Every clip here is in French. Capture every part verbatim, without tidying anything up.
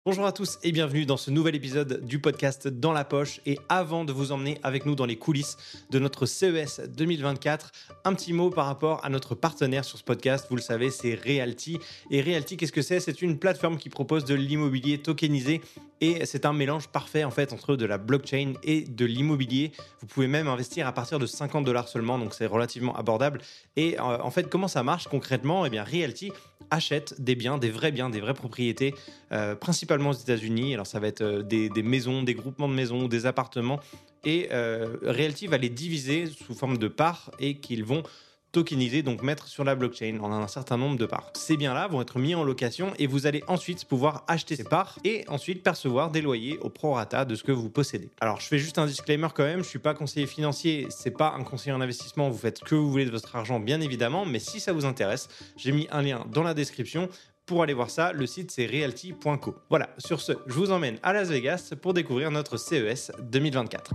Bonjour à tous et bienvenue dans ce nouvel épisode du podcast Dans la poche. Et avant de vous emmener avec nous dans les coulisses de notre C E S deux mille vingt-quatre, un petit mot par rapport à notre partenaire sur ce podcast. Vous le savez, c'est Realty. Et Realty, qu'est-ce que c'est ? C'est une plateforme qui propose de l'immobilier tokenisé et c'est un mélange parfait en fait entre de la blockchain et de l'immobilier. Vous pouvez même investir à partir de cinquante dollars seulement, donc c'est relativement abordable. Et euh, en fait, comment ça marche concrètement ? Eh bien, Realty achète des biens, des vrais biens, des vraies propriétés, euh, principalement aux États-Unis. Alors ça va être euh, des, des maisons, des groupements de maisons, des appartements, et euh, Realty va les diviser sous forme de parts et qu'ils vont tokeniser, donc mettre sur la blockchain en un certain nombre de parts. Ces biens-là vont être mis en location et vous allez ensuite pouvoir acheter ces parts et ensuite percevoir des loyers au prorata de ce que vous possédez. Alors je fais juste un disclaimer quand même, je suis pas conseiller financier, c'est pas un conseiller en investissement, vous faites ce que vous voulez de votre argent bien évidemment, mais si ça vous intéresse, j'ai mis un lien dans la description. Pour aller voir ça, le site c'est realty point co. Voilà, sur ce, je vous emmène à Las Vegas pour découvrir notre C E S deux mille vingt-quatre.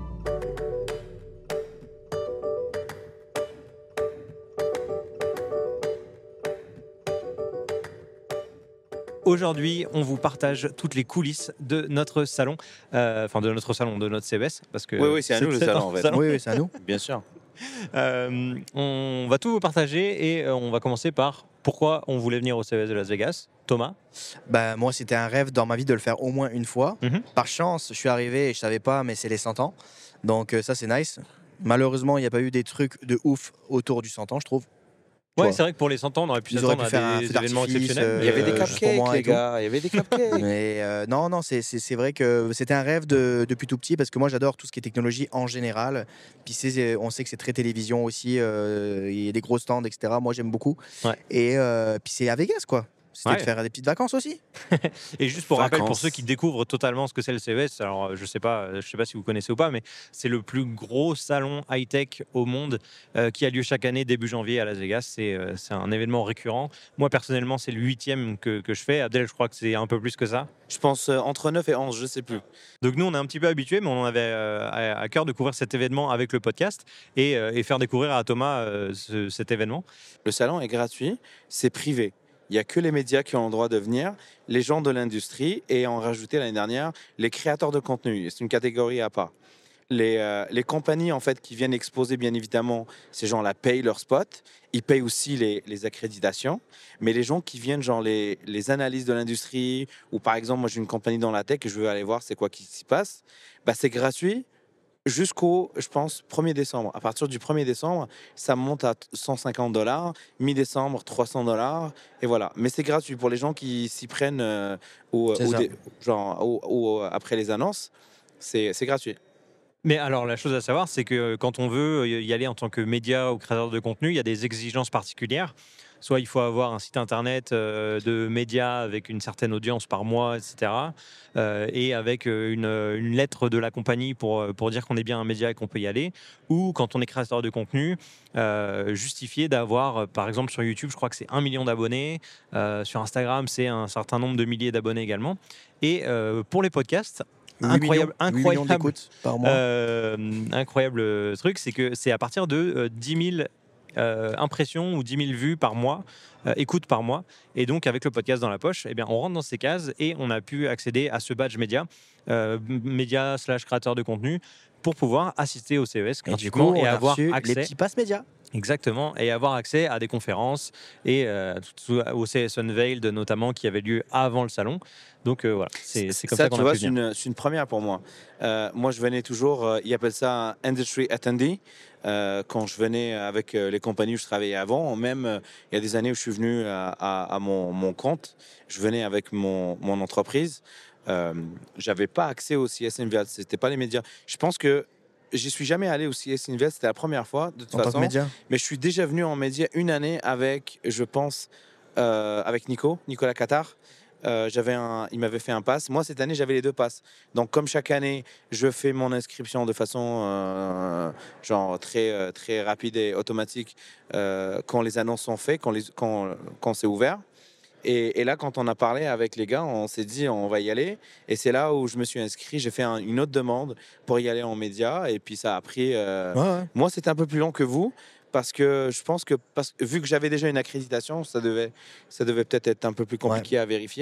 Aujourd'hui, on vous partage toutes les coulisses de notre salon, euh, enfin de notre salon, de notre C E S, parce que oui, oui, c'est à nous le salon en fait. Oui, oui, c'est à nous. Bien sûr. Euh, on va tout vous partager et euh, on va commencer par pourquoi on voulait venir au C E S de Las Vegas. Thomas ? Bah, moi, c'était un rêve dans ma vie de le faire au moins une fois. Mhm. Par chance, je suis arrivé et je savais pas, mais c'est les cent ans. Donc euh, ça, c'est nice. Malheureusement, il n'y a pas eu des trucs de ouf autour du cent ans, je trouve. Tu Ouais, vois. c'est vrai que pour les cent ans, on aurait pu Ils auraient s'attendre pu faire à un des feu événements d'artifice, exceptionnels. euh, Il y avait des euh, juste pour cupcakes, moi et les tout. gars. Il y avait des cupcakes. Mais euh, non, non, c'est, c'est, c'est vrai que c'était un rêve de, depuis tout petit parce que moi, j'adore tout ce qui est technologie en général. Puis c'est, on sait que c'est très télévision aussi. euh, Il y a des gros stands, et cetera. Moi, j'aime beaucoup. Ouais. Et euh, puis c'est à Vegas, quoi. C'était Ouais. de faire des petites vacances aussi. Et juste pour rappel, pour Vacances. ceux qui découvrent totalement ce que c'est le C E S, alors je sais pas, je sais pas si vous connaissez ou pas, mais c'est le plus gros salon high-tech au monde euh, qui a lieu chaque année début janvier à Las Vegas. C'est, euh, c'est un événement récurrent. Moi personnellement, c'est le huitième que, que je fais. Abdel, je crois que c'est un peu plus que ça. Je pense euh, entre neuf et onze, je sais plus. Donc nous, on est un petit peu habitués, mais on avait euh, à, à cœur de couvrir cet événement avec le podcast et, euh, et faire découvrir à Thomas euh, ce- cet événement. Le salon est gratuit, c'est privé. Il n'y a que les médias qui ont le droit de venir, les gens de l'industrie et en rajouté l'année dernière les créateurs de contenu. C'est une catégorie à part. Les, euh, les compagnies en fait qui viennent exposer, bien évidemment, ces gens-là payent leur spot. Ils payent aussi les, les accréditations. Mais les gens qui viennent, genre les, les analystes de l'industrie, ou par exemple, moi j'ai une compagnie dans la tech et je veux aller voir c'est quoi qui s'y passe, bah, c'est gratuit jusqu'au, je pense, premier décembre. À partir du premier décembre, ça monte à cent cinquante dollars, mi-décembre, trois cents dollars, et voilà. Mais c'est gratuit pour les gens qui s'y prennent euh, au, C'est au ça. dé- genre, au- au- après les annonces. C'est c'est gratuit. Mais alors, la chose à savoir, c'est que quand on veut y aller en tant que média ou créateur de contenu, il y a des exigences particulières. Soit il faut avoir un site internet euh, de médias avec une certaine audience par mois, et cetera. euh, et avec euh, une, une lettre de la compagnie pour, euh, pour dire qu'on est bien un média et qu'on peut y aller. Ou quand on est créateur de contenu, euh, justifier d'avoir, euh, par exemple sur YouTube, je crois que c'est un million d'abonnés. Euh, sur Instagram, c'est un certain nombre de milliers d'abonnés également. Et euh, pour les podcasts, huit incroyable, millions, huit millions incroyable. d'écoutes par mois. Euh, incroyable truc, c'est que c'est à partir de euh, dix mille euh, impressions ou dix mille vues par mois, euh, écoutes par mois. Et donc, avec le podcast dans la poche, eh bien, on rentre dans ces cases et on a pu accéder à ce badge média, euh, média slash créateur de contenu, pour pouvoir assister au C E S Et du coup, gratuitement on et, a avoir reçu accès. les petits passes médias. Exactement, et avoir accès à des conférences et euh, tout- tout- au C S Unveiled notamment qui avait lieu avant le salon. Donc euh, voilà, c'est c'est comme ça, Ça, qu'on tu a vois, pu c'est venir. une, c'est une première pour moi. Euh, moi, je venais toujours, euh, ils appellent ça un industry attendee. Euh, quand je venais avec euh, les compagnies où je travaillais avant, même euh, il y a des années où je suis venu à, à- à mon, mon compte, je venais avec mon, mon entreprise. Euh, j'avais pas accès au C S Invest, c'était pas les médias. Je pense que j'y suis jamais allé au C S Invest, c'était la première fois de toute En tant que façon. média. Mais je suis déjà venu en média une année avec, je pense, euh, avec Nico, Nicolas Qatar. Euh, j'avais un, il m'avait fait un pass. Moi, cette année, j'avais les deux passes. Donc, comme chaque année, je fais mon inscription de façon euh, genre très, euh, très rapide et automatique euh, quand les annonces sont faites, quand, les, quand, quand c'est ouvert. Et, et là, quand on a parlé avec les gars, on s'est dit on va y aller. Et c'est là où je me suis inscrit. J'ai fait un- une autre demande pour y aller en média. Et puis ça a pris. euh, Ouais, ouais. Moi, c'était un peu plus long que vous. Parce que je pense que, parce, vu que j'avais déjà une accréditation, ça devait, ça devait peut-être être un peu plus compliqué à vérifier.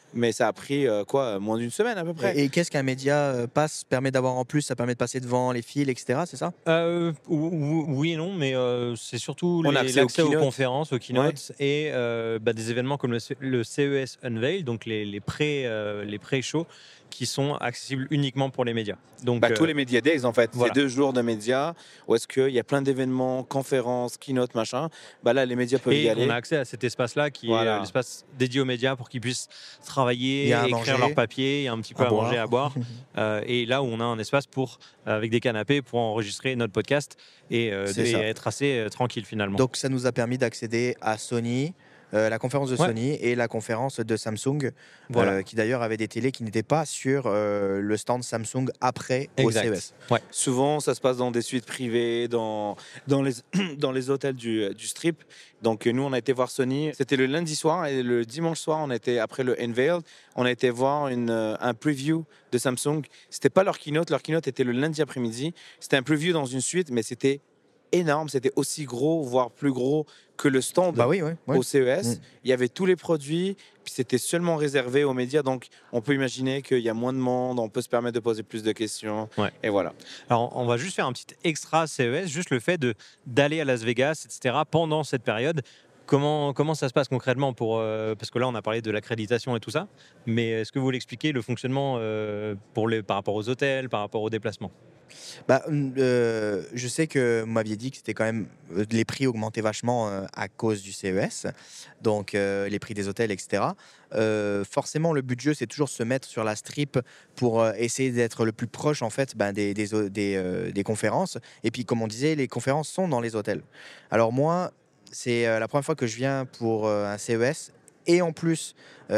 Mais ça a pris euh, quoi, moins d'une semaine à peu près. Et, et qu'est-ce qu'un média euh, passe, permet d'avoir en plus? Ça permet de passer devant les fils, et cetera. C'est ça? Euh, ou- ou- oui et non, mais euh, c'est surtout On a les- accès aux l'accès aux keynotes. conférences, aux keynotes et euh, bah, des événements comme le, C- le C E S Unveil, donc les, les pré, euh, les pré-shows qui sont accessibles uniquement pour les médias. Donc Bah, euh, tous les Media Days, en fait. voilà. C'est deux jours de médias où est-ce qu'il y a plein d'événements, conférences, keynotes, machin. Bah, là, les médias peuvent y et aller. on a accès à cet espace-là qui Voilà. est euh, l'espace dédié aux médias pour qu'ils puissent travailler, Il y a à écrire manger, leur papier, il y a un petit peu à à, manger, boire. à boire. Euh, et là où on a un espace pour, euh, avec des canapés pour enregistrer notre podcast et, euh, C'est et ça. être assez euh, tranquille finalement. Donc ça nous a permis d'accéder à Sony, euh, la conférence de Ouais. Sony et la conférence de Samsung, Voilà. euh, qui d'ailleurs avait des télés qui n'étaient pas sur euh, le stand Samsung après au Exact. C E S. Ouais. Souvent, ça se passe dans des suites privées, dans, dans, les, dans les hôtels du, du Strip. Donc, nous, on a été voir Sony. C'était le lundi soir et le dimanche soir, on était après le Unveiled, on a été voir une, euh, un preview de Samsung. C'était pas leur keynote, leur keynote était le lundi après-midi. C'était un preview dans une suite, mais c'était énorme. C'était aussi gros, voire plus gros que le stand. Bah oui, oui. oui. Au C E S, Mm. il y avait tous les produits, puis c'était seulement réservé aux médias, donc on peut imaginer qu'il y a moins de monde, on peut se permettre de poser plus de questions, Ouais. et voilà. Alors, on va juste faire un petit extra C E S, juste le fait de d'aller à Las Vegas, et cetera, pendant cette période. Comment, comment ça se passe concrètement pour, euh, parce que là, on a parlé de l'accréditation et tout ça, mais est-ce que vous voulez expliquer le fonctionnement euh, pour les, par rapport aux hôtels, par rapport aux déplacements? Bah, euh, je sais que vous m'aviez dit que c'était quand même euh, les prix augmentaient vachement euh, à cause du C E S, donc euh, les prix des hôtels, et cetera. Euh, forcément, le but du jeu, c'est toujours se mettre sur la strip pour euh, essayer d'être le plus proche en fait ben, des, des, o- des, euh, des conférences. Et puis, comme on disait, les conférences sont dans les hôtels. Alors moi, c'est euh, la première fois que je viens pour euh, un C E S. Et en plus,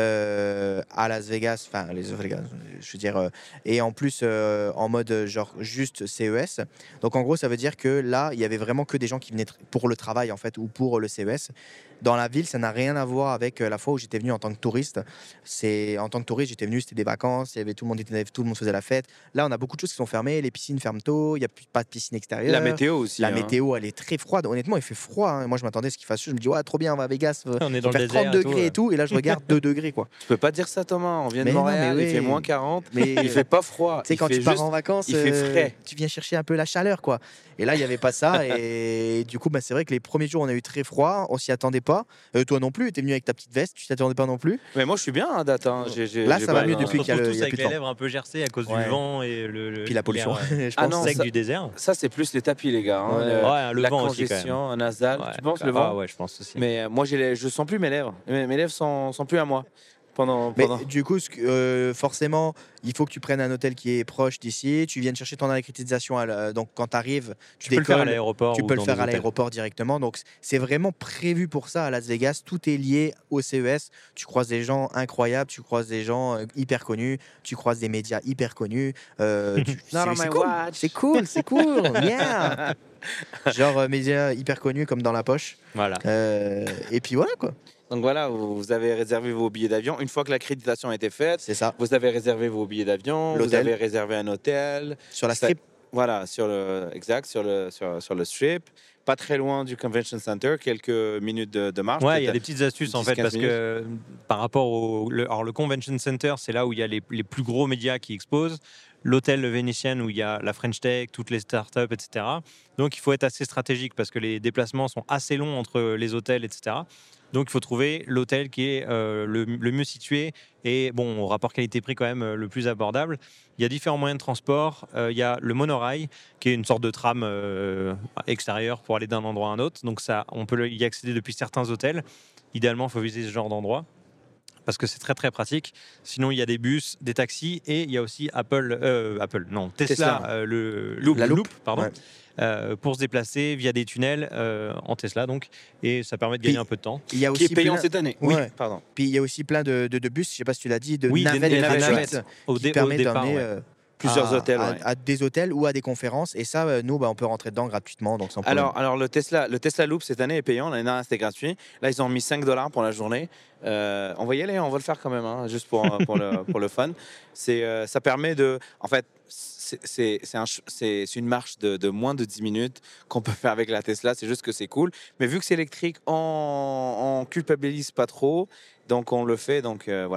euh, à Las Vegas, enfin, les Vegas, je veux dire, euh, et en plus, euh, en mode euh, genre juste C E S. Donc, en gros, ça veut dire que là, il y avait vraiment que des gens qui venaient tr- pour le travail, en fait, ou pour le C E S. Dans la ville, ça n'a rien à voir avec euh, la fois où j'étais venu en tant que touriste. C'est en tant que touriste, j'étais venu, c'était des vacances, il y avait tout le monde était, tout le monde faisait la fête. Là, on a beaucoup de choses qui sont fermées, les piscines ferment tôt, il n'y a plus pas de piscine extérieure. La météo aussi. La hein. météo, elle est très froide. Honnêtement, il fait froid. hein. Moi, je m'attendais à ce qu'il fasse chaud. Je me dis, ouais, trop bien, on va à Vegas. euh, On est Il dans va le faire désert trente et tout, degrés et ouais. tout. Et là, je regarde deux degrés, quoi. Tu peux pas dire ça, Thomas, on vient de Mais non, Montréal, mais il fait oui. moins quarante, Mais il fait pas froid. tu sais, il quand fait tu pars juste- en vacances, il fait euh, frais. tu viens chercher un peu la chaleur, quoi. Et là, il n'y avait pas ça. Et du coup, bah, c'est vrai que les premiers jours, on a eu très froid. On s'y attendait pas. Euh, toi non plus, tu es venu avec ta petite veste. Tu t'y attendais pas non plus. Mais moi, je suis bien à date. hein. J'ai- j'ai- Là, j'ai ça pas va mieux un- depuis On qu'il y a se le- retrouve tous il y a avec plus de les temps. lèvres un peu gercées à cause Ouais. du vent et le, le- Puis la pollution, l'air, euh, je Ah pense. non, sec ça- du désert. Ça, c'est plus les tapis, les gars. hein. Ouais. Le- Ouais, le la vent aussi, quand congestion nasale. Ouais. Tu penses, le Ah vent ouais, je pense aussi. Mais euh, moi, j'ai les- je sens plus mes lèvres. Mes, mes lèvres sont, sont plus à moi. Pendant, Mais pendant... du coup, ce que- euh, forcément, il faut que tu prennes un hôtel qui est proche d'ici. Tu viennes chercher ton accréditation. à la- donc, quand tu arrives, tu, Tu peux le faire à décolles. l'aéroport. Tu ou peux le dans faire des à hôtels. l'aéroport directement. Donc, c'est vraiment prévu pour ça à Las Vegas. Tout est lié au C E S. Tu croises des gens incroyables, tu croises des gens euh, hyper connus, tu croises des médias hyper connus. Euh, tu- Not on c'est my c'est cool. watch. C'est cool, c'est cool. Yeah. Genre euh, médias hyper connus comme dans la poche. Voilà. Euh, et puis voilà quoi. Donc voilà, vous vous avez réservé vos billets d'avion. Une fois que l'accréditation a été faite, C'est ça. vous avez réservé vos billets d'avion, vous L'hôtel. avez réservé un hôtel. Sur la Ça- strip. Voilà, sur le, exact, sur le, sur, sur le strip. Pas très loin du Convention Center, quelques minutes de, de marche. Ouais, il y a peut-être des petites astuces en dix, fait, quinze parce que euh, par rapport au le, alors, le Convention Center, c'est là où il y a les, les plus gros médias qui exposent. L'hôtel Vénitien où il y a la French Tech, toutes les startups, et cetera. Donc il faut être assez stratégique parce que les déplacements sont assez longs entre les hôtels, et cetera. Donc il faut trouver l'hôtel qui est euh, le, le mieux situé et bon, au rapport qualité-prix quand même euh, le plus abordable. Il y a différents moyens de transport. Euh, il y a le monorail qui est une sorte de tram euh, extérieur pour aller d'un endroit à un autre. Donc ça, on peut y accéder depuis certains hôtels. Idéalement, il faut visiter ce genre d'endroit parce que c'est très très pratique. Sinon, il y a des bus, des taxis et il y a aussi Apple, euh, Apple, non, Tesla, Tesla. euh, le Loop. La Loop, Loop. pardon, Ouais. euh, pour se déplacer via des tunnels euh, en Tesla donc, et ça permet de gagner Puis- un peu de temps. Il y a qui aussi est payant plein- cette année. Oui. pardon. Puis il y a aussi plein de, de- de bus, je sais pas si tu l'as dit, de Oui, des- navettes des gratuites navettes au, qui dé- te au permettent départ. d'emmener ouais. euh, Plusieurs à, hôtels. à, ouais. à des hôtels ou à des conférences. Et ça, euh, nous, bah, on peut rentrer dedans gratuitement, donc sans problème. Alors, alors le, Tesla, le Tesla Loop cette année est payant. L'année dernière, c'était gratuit. Là, ils ont mis cinq dollars pour la journée. Euh, on va y aller, on va le faire quand même, hein, juste pour, pour, le, pour le fun. C'est, euh, ça permet de. En fait, c'est, c'est, c'est, un ch- c'est, c'est une marche de, de moins de dix minutes qu'on peut faire avec la Tesla. C'est juste que c'est cool. Mais vu que c'est électrique, on, on culpabilise pas trop. Donc, on le fait. Donc, euh, voilà.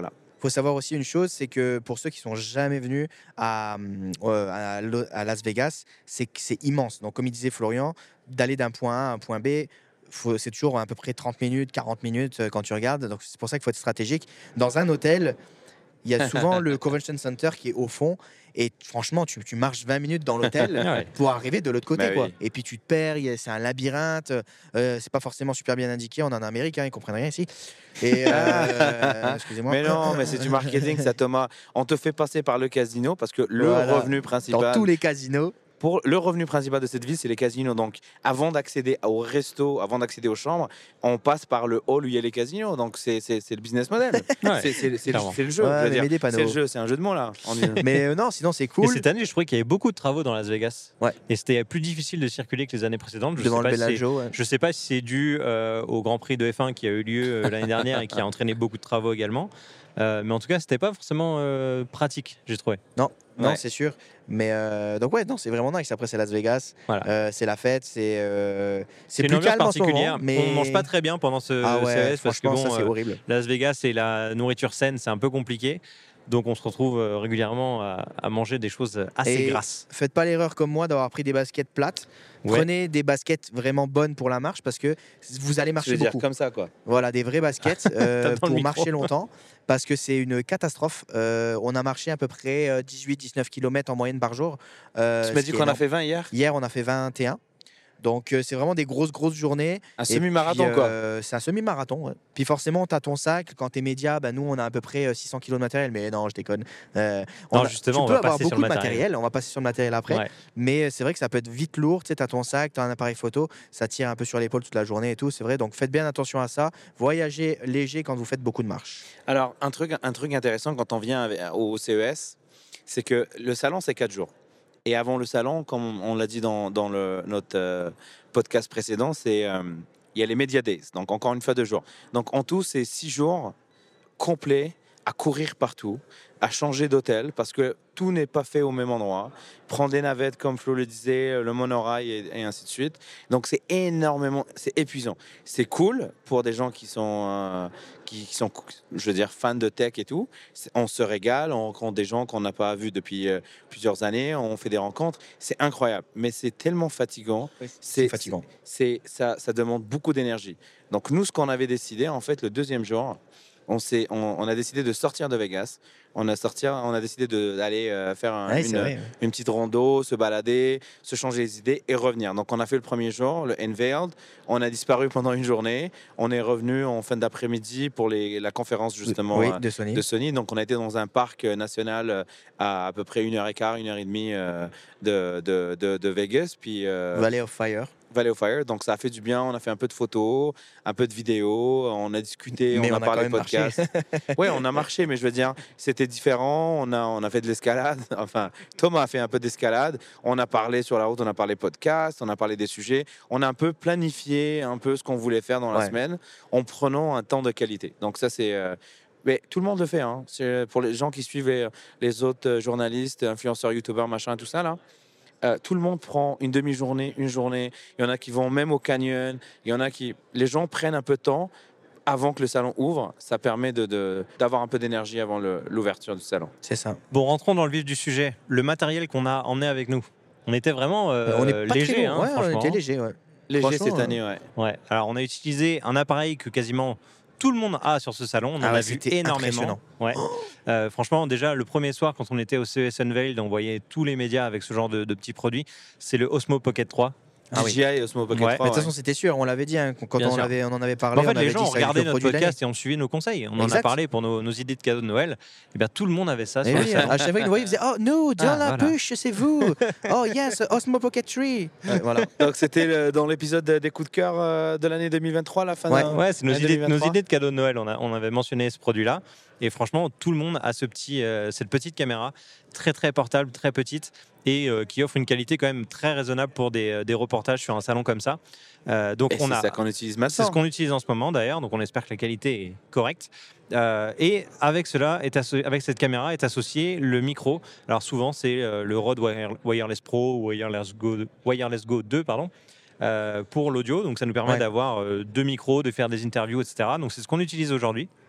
faut savoir aussi une chose, c'est que pour ceux qui sont jamais venus à, euh, à, Lo- à Las Vegas, c'est que c'est immense. Donc, comme il disait Florian, d'aller d'un point A à un point B, faut- c'est toujours à peu près trente minutes, quarante minutes euh, quand tu regardes. Donc, c'est pour ça qu'il faut être stratégique. Dans un hôtel, il y a souvent le Convention Center qui est au fond. Et franchement, tu, tu marches vingt minutes dans l'hôtel Ouais. pour arriver de l'autre côté. Bah quoi. oui. Et puis tu te perds, il y a- c'est un labyrinthe. Euh, c'est pas forcément super bien indiqué. On est en Amérique, hein, ils comprennent rien ici. Et euh, excusez-moi. Mais non, mais c'est du marketing, ça, Thomas. On te fait passer par le casino parce que le Voilà. revenu Dans principal. tous les casinos. Pour le revenu principal de cette ville, c'est les casinos. Donc, avant d'accéder au resto, avant d'accéder aux chambres, on passe par le hall où il y a les casinos. Donc, c'est c'est- c'est le business model. Ouais, c'est c'est- c'est le, clairement. c'est le jeu. Ouais, je veux mais dire. mets des panneaux. C'est le jeu, c'est un jeu de mots là. On dit- Mais euh, non, sinon c'est Et cool. cette année, je trouvais qu'il y avait beaucoup de travaux dans Las Vegas. Ouais. Et c'était plus difficile de circuler que les années précédentes. Je Devant sais le pas si c'est- Bellagio. ouais. Je ne sais pas si c'est dû euh, au Grand Prix de F un qui a eu lieu euh, l'année dernière et qui a entraîné beaucoup de travaux également. Euh, mais en tout cas, c'était pas forcément euh, pratique, j'ai trouvé. Non, Ouais. c'est sûr. Mais euh, donc ouais, non, c'est vraiment nice. Après, c'est Las Vegas. Voilà. Euh, c'est la fête. C'est euh, c'est C'est une plus ambiance calme en ce particulière. moment. Mais On mange pas très bien pendant ce Ah ouais, C E S parce que franchement, bon, ça c'est euh, horrible. Las Vegas et la nourriture saine, c'est un peu compliqué. Donc on se retrouve euh, régulièrement à, à manger des choses assez Et grasses. Faites pas l'erreur comme moi d'avoir pris des baskets plates. Ouais. Prenez des baskets vraiment bonnes pour la marche parce que vous allez Je marcher veux dire beaucoup. comme ça, quoi. Voilà, des vraies baskets euh, Tape dans le pour micro. marcher longtemps parce que c'est une catastrophe. Euh, on a marché à peu près euh, dix-huit dix-neuf kilomètres en moyenne par jour. Euh, tu m'as ce dit qui est qu'on a énorme. fait vingt hier. Hier, on a fait vingt et un. Donc, euh, c'est vraiment des grosses, grosses journées. Un Et semi-marathon, puis, quoi. euh, C'est un semi-marathon. ouais. Puis forcément, tu as ton sac. Quand tu es média, bah, nous, on a à peu près euh, six cents kilos de matériel. Mais non, je déconne. Euh, on Non, a- justement, tu on peux va avoir passer sur beaucoup le de matériel. matériel. On va passer sur le matériel après. Ouais. Mais c'est vrai que ça peut être vite lourd. Tu sais, as ton sac, tu as un appareil photo. Ça tire un peu sur l'épaule toute la journée et tout. C'est vrai. Donc, faites bien attention à ça. Voyagez léger quand vous faites beaucoup de marches. Alors, un truc, un truc intéressant quand on vient avec- au C E S, c'est que le salon, c'est quatre jours. Et avant le salon, comme on l'a dit dans, dans le, notre euh, podcast précédent, c'est euh, il y a les Media Days. Donc, encore une fois, deux jours. Donc, en tout, c'est six jours complets à courir partout, à changer d'hôtel, parce que tout n'est pas fait au même endroit. Prendre des navettes, comme Flo le disait, le monorail et, et ainsi de suite. Donc, c'est énormément, c'est épuisant. C'est cool pour des gens qui sont, euh, qui, qui sont, je veux dire, fans de tech et tout. C'est- On se régale, on rencontre des gens qu'on n'a pas vus depuis euh, plusieurs années, on fait des rencontres. C'est incroyable, mais c'est tellement fatigant. C'est fatigant. C'est, ça, ça demande beaucoup d'énergie. Donc, nous, ce qu'on avait décidé, en fait, le deuxième jour, on, s'est, on, on a décidé de sortir de Vegas. On a, sorti, on a décidé de- d'aller euh, faire un- Ouais, c'est une, vrai. une petite rando, se balader, se changer les idées et revenir. Donc, on a fait le premier jour, le Unveiled. On a disparu pendant une journée. On est revenu en fin d'après-midi pour les, la conférence, justement, Oui, euh, de Sony. de Sony. Donc, on a été dans un parc euh, national euh, à à peu près une heure et quart, une heure et demie euh, de, de, de, de Vegas. Puis, euh, Valley of Fire. Valley of Fire. Donc, ça a fait du bien. On a fait un peu de photos, un peu de vidéos. On a discuté, Mais on, on a a quand parlé même podcast. Oui, on a marché, mais je veux dire, c'était différent. On a, on a fait de l'escalade. Enfin, Thomas a fait un peu d'escalade. On a parlé sur la route, on a parlé podcast, on a parlé des sujets. On a un peu planifié un peu ce qu'on voulait faire dans la Ouais. semaine en prenant un temps de qualité. Donc, ça, c'est. euh, mais tout le monde le fait. Hein. C'est pour les gens qui suivent les, les autres euh, journalistes, influenceurs, youtubeurs, machin, tout ça, là. Euh, tout le monde prend une demi-journée, une journée. Il y en a qui vont même au canyon. Il y en a qui. Les gens prennent un peu de temps avant que le salon ouvre. Ça permet de, de- d'avoir un peu d'énergie avant le- l'ouverture du salon. C'est ça. Bon, rentrons dans le vif du sujet. Le matériel qu'on a emmené avec nous. On était vraiment euh, on est pas léger, très hein, lourd. Ouais, on franchement. était léger. Ouais. Léger Franchement, cette euh, année, ouais. Ouais. Alors, on a utilisé un appareil que quasiment tout le monde a sur ce salon. On en Ah ouais, a vu c'était énormément. impressionnant. Ouais. Euh, franchement, déjà, le premier soir, quand on était au C E S Unveiled, on voyait tous les médias avec ce genre de, de petits produits. C'est le Osmo Pocket trois. Ah oui. D J I et Osmo Pocket Ouais. trois. Mais de toute ouais. façon, c'était sûr, on l'avait dit hein, quand Bien on, sûr. avait, on en avait parlé. En fait, on avait les gens dit ont ça va être regardé le notre produit de l'année. podcast et ont suivi nos conseils. On en a Exact. parlé pour nos, nos idées de cadeaux de Noël. Et bien, tout le monde avait ça. Et Sur le oui, salon. à chaque fois qu'ils nous voyaient, ils faisaient Oh, nous, dans Ah, la voilà. bûche, c'est vous. Oh, yes, Osmo Pocket trois. Ouais, voilà. Donc, c'était le- dans l'épisode des coups de cœur euh, de l'année deux mille vingt-trois, la fin Ouais. de- Ouais, c'est nos l'année idées, nos deux mille vingt-trois. idées de cadeaux de Noël. On, a, on avait mentionné ce produit-là. Et franchement, tout le monde a ce petit, euh, cette petite caméra, très très portable, très petite, et euh, qui offre une qualité quand même très raisonnable pour des, euh, des reportages sur un salon comme ça. Euh, donc Et on c'est a, ça qu'on utilise c'est maintenant. ce qu'on utilise en ce moment d'ailleurs. Donc on espère que la qualité est correcte. Euh, et avec cela, est asso- avec cette caméra est associé le micro. Alors souvent c'est euh, le Rode Wire- Wireless Pro ou Wireless Go, Wireless Go deux, pardon. euh, pour l'audio, donc ça nous permet Ouais. d'avoir euh, deux micros, de faire des interviews, et cetera. Donc c'est ce qu'on utilise aujourd'hui.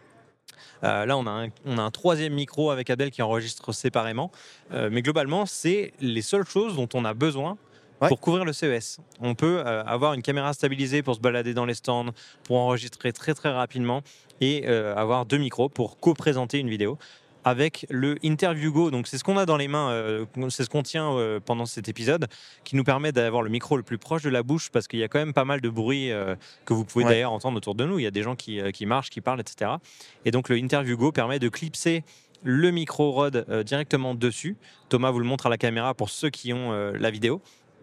Euh, là, on a, un, on a un troisième micro avec Abdel qui enregistre séparément. Euh, mais globalement, c'est les seules choses dont on a besoin Ouais. pour couvrir le C E S. On peut euh, avoir une caméra stabilisée pour se balader dans les stands, pour enregistrer très très rapidement et euh, avoir deux micros pour co-présenter une vidéo. Avec le Interview Go, donc c'est ce qu'on a dans les mains, euh, c'est ce qu'on tient euh, pendant cet épisode, qui nous permet d'avoir le micro le plus proche de la bouche, parce qu'il y a quand même pas mal de bruit euh, que vous pouvez Ouais. d'ailleurs entendre autour de nous. Il y a des gens qui, euh, qui marchent, qui parlent, et cetera. Et donc le Interview Go permet de clipser le micro Rode euh, directement dessus. Thomas vous le montre à la caméra pour ceux qui ont euh, la vidéo.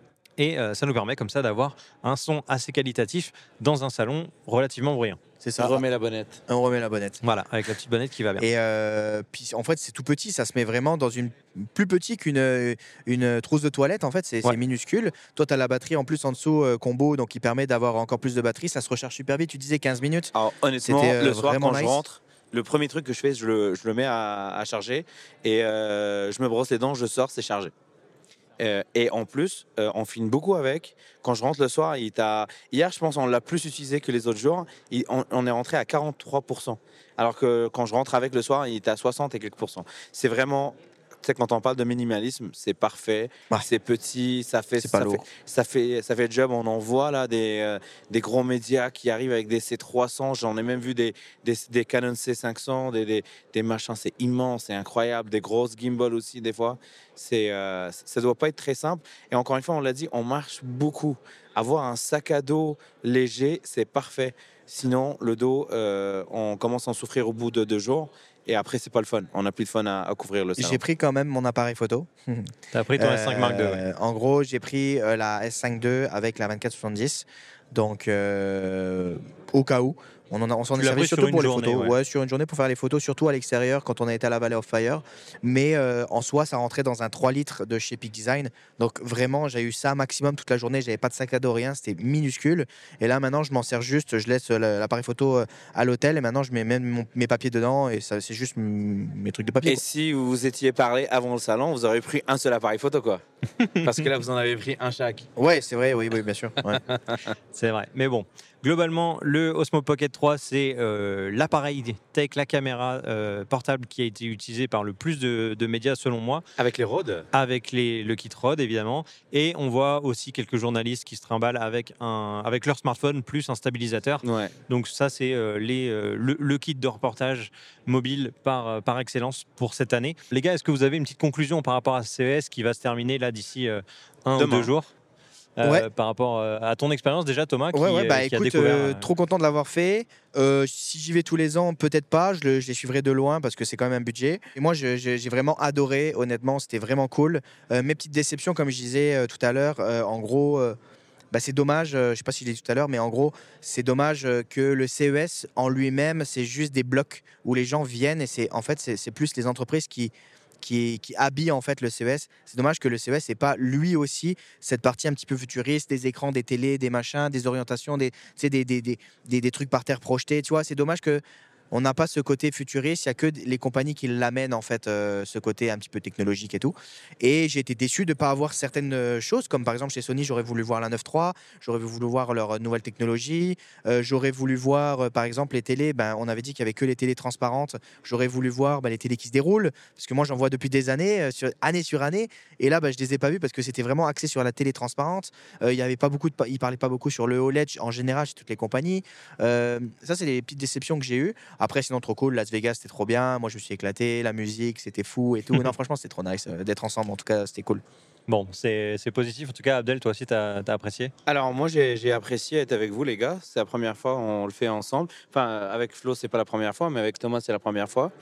Et euh, ça nous permet comme ça d'avoir un son assez qualitatif dans un salon relativement bruyant. C'est Ça ça. remet la bonnette. On remet la bonnette. Voilà, avec la petite bonnette qui va bien. Et euh, puis en fait, c'est tout petit, ça se met vraiment dans une plus petit qu'une une trousse de toilette. En fait, c'est Ouais. c'est minuscule. Toi, tu as la batterie en plus en dessous euh, combo, donc qui permet d'avoir encore plus de batterie. Ça se recharge super vite. Tu disais quinze minutes. Alors honnêtement, C'était, euh, le soir vraiment quand je nice. rentre, le premier truc que je fais, je le, je le mets à, à charger et euh, je me brosse les dents, je sors, c'est chargé. Euh, et en plus, euh, on filme beaucoup avec. Quand je rentre le soir, il t'a... hier, je pense, on l'a plus utilisé que les autres jours. Il- on, on est rentré à quarante-trois pour cent. Alors que quand je rentre avec le soir, il était à soixante et quelques pourcents. C'est vraiment, tu sais, quand on parle de minimalisme, c'est parfait. Ouais. C'est petit, ça fait, C'est pas ça fait, lourd. ça fait, ça fait le job. On en voit là des, euh, des gros médias qui arrivent avec des C trois cents. J'en ai même vu des, des, des Canon C cinq cents, des, des, des machins. C'est immense, c'est incroyable. Des grosses gimbals aussi des fois. C'est, euh, ça doit pas être très simple. Et encore une fois, on l'a dit, on marche beaucoup. Avoir un sac à dos léger, c'est parfait. Sinon, le dos, euh, on commence à en souffrir au bout de deux jours. Et après, c'est pas le fun. On n'a plus de fun à, à couvrir le salon. J'ai pris quand même mon appareil photo. T'as pris ton S cinq Mark deux. Ouais. Euh, En gros, j'ai pris euh, la S cinq deux avec la vingt-quatre soixante-dix. Donc, euh, au cas où, on, en a- on s'en Tu est l'as servi pris sur surtout une pour les journée, photos. ouais. Ouais, sur une journée pour faire les photos, surtout à l'extérieur quand on a été à la Valley of Fire. Mais euh, en soi, ça rentrait dans un trois litres de chez Peak Design. Donc, vraiment, j'ai eu ça maximum toute la journée. J'avais pas de sac à dos, rien. C'était minuscule. Et là, maintenant, je m'en sers juste. Je laisse euh, l'appareil photo euh, à l'hôtel. Et maintenant, je mets même mon- mes papiers dedans. Et ça, c'est juste mm, mes trucs de papier. Et quoi. si vous vous étiez parlé avant le salon, vous auriez pris un seul appareil photo, quoi. Parce que là, vous en avez pris un chaque. Ouais, c'est vrai. Oui, oui, bien sûr. Ouais. C'est vrai. Mais bon, globalement, le Osmo Pocket trois, c'est euh, l'appareil tech, la caméra euh, portable qui a été utilisé par le plus de, de médias, selon moi, Avec les Rhodes. avec les, le kit Rode, évidemment. Et on voit aussi quelques journalistes qui se trimballent avec, un, avec leur smartphone plus un stabilisateur. Ouais. Donc ça, c'est euh, les, euh, le, le kit de reportage mobile par, euh, par excellence pour cette année. Les gars, est-ce que vous avez une petite conclusion par rapport à ce C E S qui va se terminer là d'ici euh, un Demain. ou deux jours euh, Ouais. par rapport euh, à ton expérience déjà, Thomas, qui, Ouais, ouais, bah euh, qui a écoute, découvert... euh, euh, trop content de l'avoir fait. Euh, si j'y vais tous les ans, peut-être pas. Je, le- je les suivrai de loin parce que c'est quand même un budget. Et moi, je- je- j'ai vraiment adoré. Honnêtement, c'était vraiment cool. Euh, mes petites déceptions, comme je disais euh, tout à l'heure, euh, en gros. euh, bah, c'est dommage, euh, je sais pas si je l'ai dit tout à l'heure, mais en gros, c'est dommage euh, que le C E S en lui-même, c'est juste des blocs où les gens viennent et c'est en fait, c'est c'est plus les entreprises qui, qui, qui habillent en fait le C E S. C'est dommage que le C E S n'ait pas lui aussi cette partie un petit peu futuriste, des écrans, des télés, des machins, des orientations, des, tu sais, des, des, des, des, des trucs par terre projetés. Tu vois, c'est dommage que on n'a pas ce côté futuriste. Il y a que d- les compagnies qui l'amènent en fait, euh, ce côté un petit peu technologique et tout. Et j'ai été déçu de ne pas avoir certaines euh, choses, comme par exemple chez Sony, j'aurais voulu voir la neuf trois, j'aurais voulu voir leur euh, nouvelle technologie, euh, j'aurais voulu voir euh, par exemple les télés. Ben, on avait dit qu'il y avait que les télés transparentes. J'aurais voulu voir ben, les télés qui se déroulent, parce que moi j'en vois depuis des années, euh, sur, année sur année. Et là, ben, je les ai pas vues parce que c'était vraiment axé sur la télé transparente. Euh, Il y avait pas beaucoup de, pa- ils parlaient pas beaucoup sur le O L E D en général chez toutes les compagnies. Euh, ça, c'est les petites déceptions que j'ai eues. Après, sinon, trop cool. Las Vegas, c'était trop bien. Moi, je me suis éclaté. La musique, c'était fou et tout. Non, franchement, c'était trop nice euh, d'être ensemble. En tout cas, c'était cool. Bon, c'est c'est positif. En tout cas, Abdel, toi aussi, tu as apprécié. Alors moi j'ai j'ai apprécié être avec vous les gars, c'est la première fois on le fait ensemble. Enfin avec Flo c'est pas la première fois, mais avec Thomas c'est la première fois.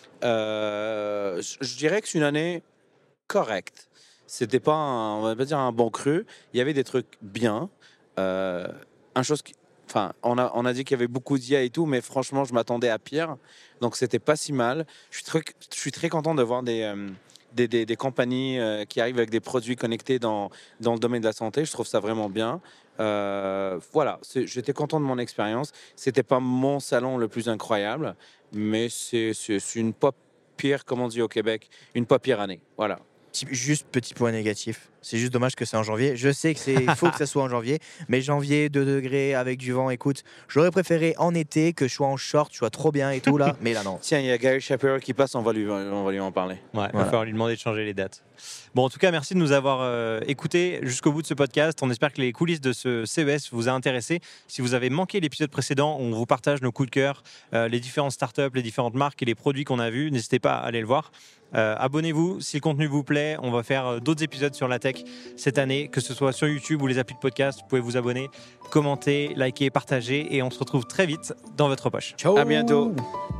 Euh, je je dirais que c'est une année correcte. C'était pas un, on va pas dire un bon cru. Il y avait des trucs bien. Euh, un chose qui, enfin on a on a dit qu'il y avait beaucoup d'I A et tout, mais franchement je m'attendais à pire. Donc c'était pas si mal. Je suis très je suis très content de voir des euh, des, des, des compagnies euh, qui arrivent avec des produits connectés dans, dans le domaine de la santé. Je trouve ça vraiment bien. Euh, voilà, c'est- j'étais content de mon expérience. C'était pas mon salon le plus incroyable, mais c'est c'est- c'est une pas pire, comme on dit au Québec, une pas pire année. Voilà. Petit- Juste petit point négatif. C'est juste dommage que c'est en janvier. Je sais que c'est, il faut que ça soit en janvier, mais janvier, deux degrés avec du vent. Écoute, j'aurais préféré en été que je sois en short, je sois trop bien et tout là, mais là non. Tiens, il y a Gary Shapiro qui passe, on va lui, on va lui en parler. Ouais, il va Voilà. falloir lui demander de changer les dates. Bon, en tout cas, merci de nous avoir euh, écoutés jusqu'au bout de ce podcast. On espère que les coulisses de ce C E S vous a intéressé. Si vous avez manqué l'épisode précédent, on vous partage nos coups de cœur, euh, les différentes startups, les différentes marques et les produits qu'on a vus. N'hésitez pas à aller le voir. Euh, abonnez-vous si le contenu vous plaît. On va faire euh, d'autres épisodes sur la tech cette année, que ce soit sur YouTube ou les applis de podcast. Vous pouvez vous abonner, commenter, liker, partager et on se retrouve très vite dans votre poche. Ciao. À bientôt.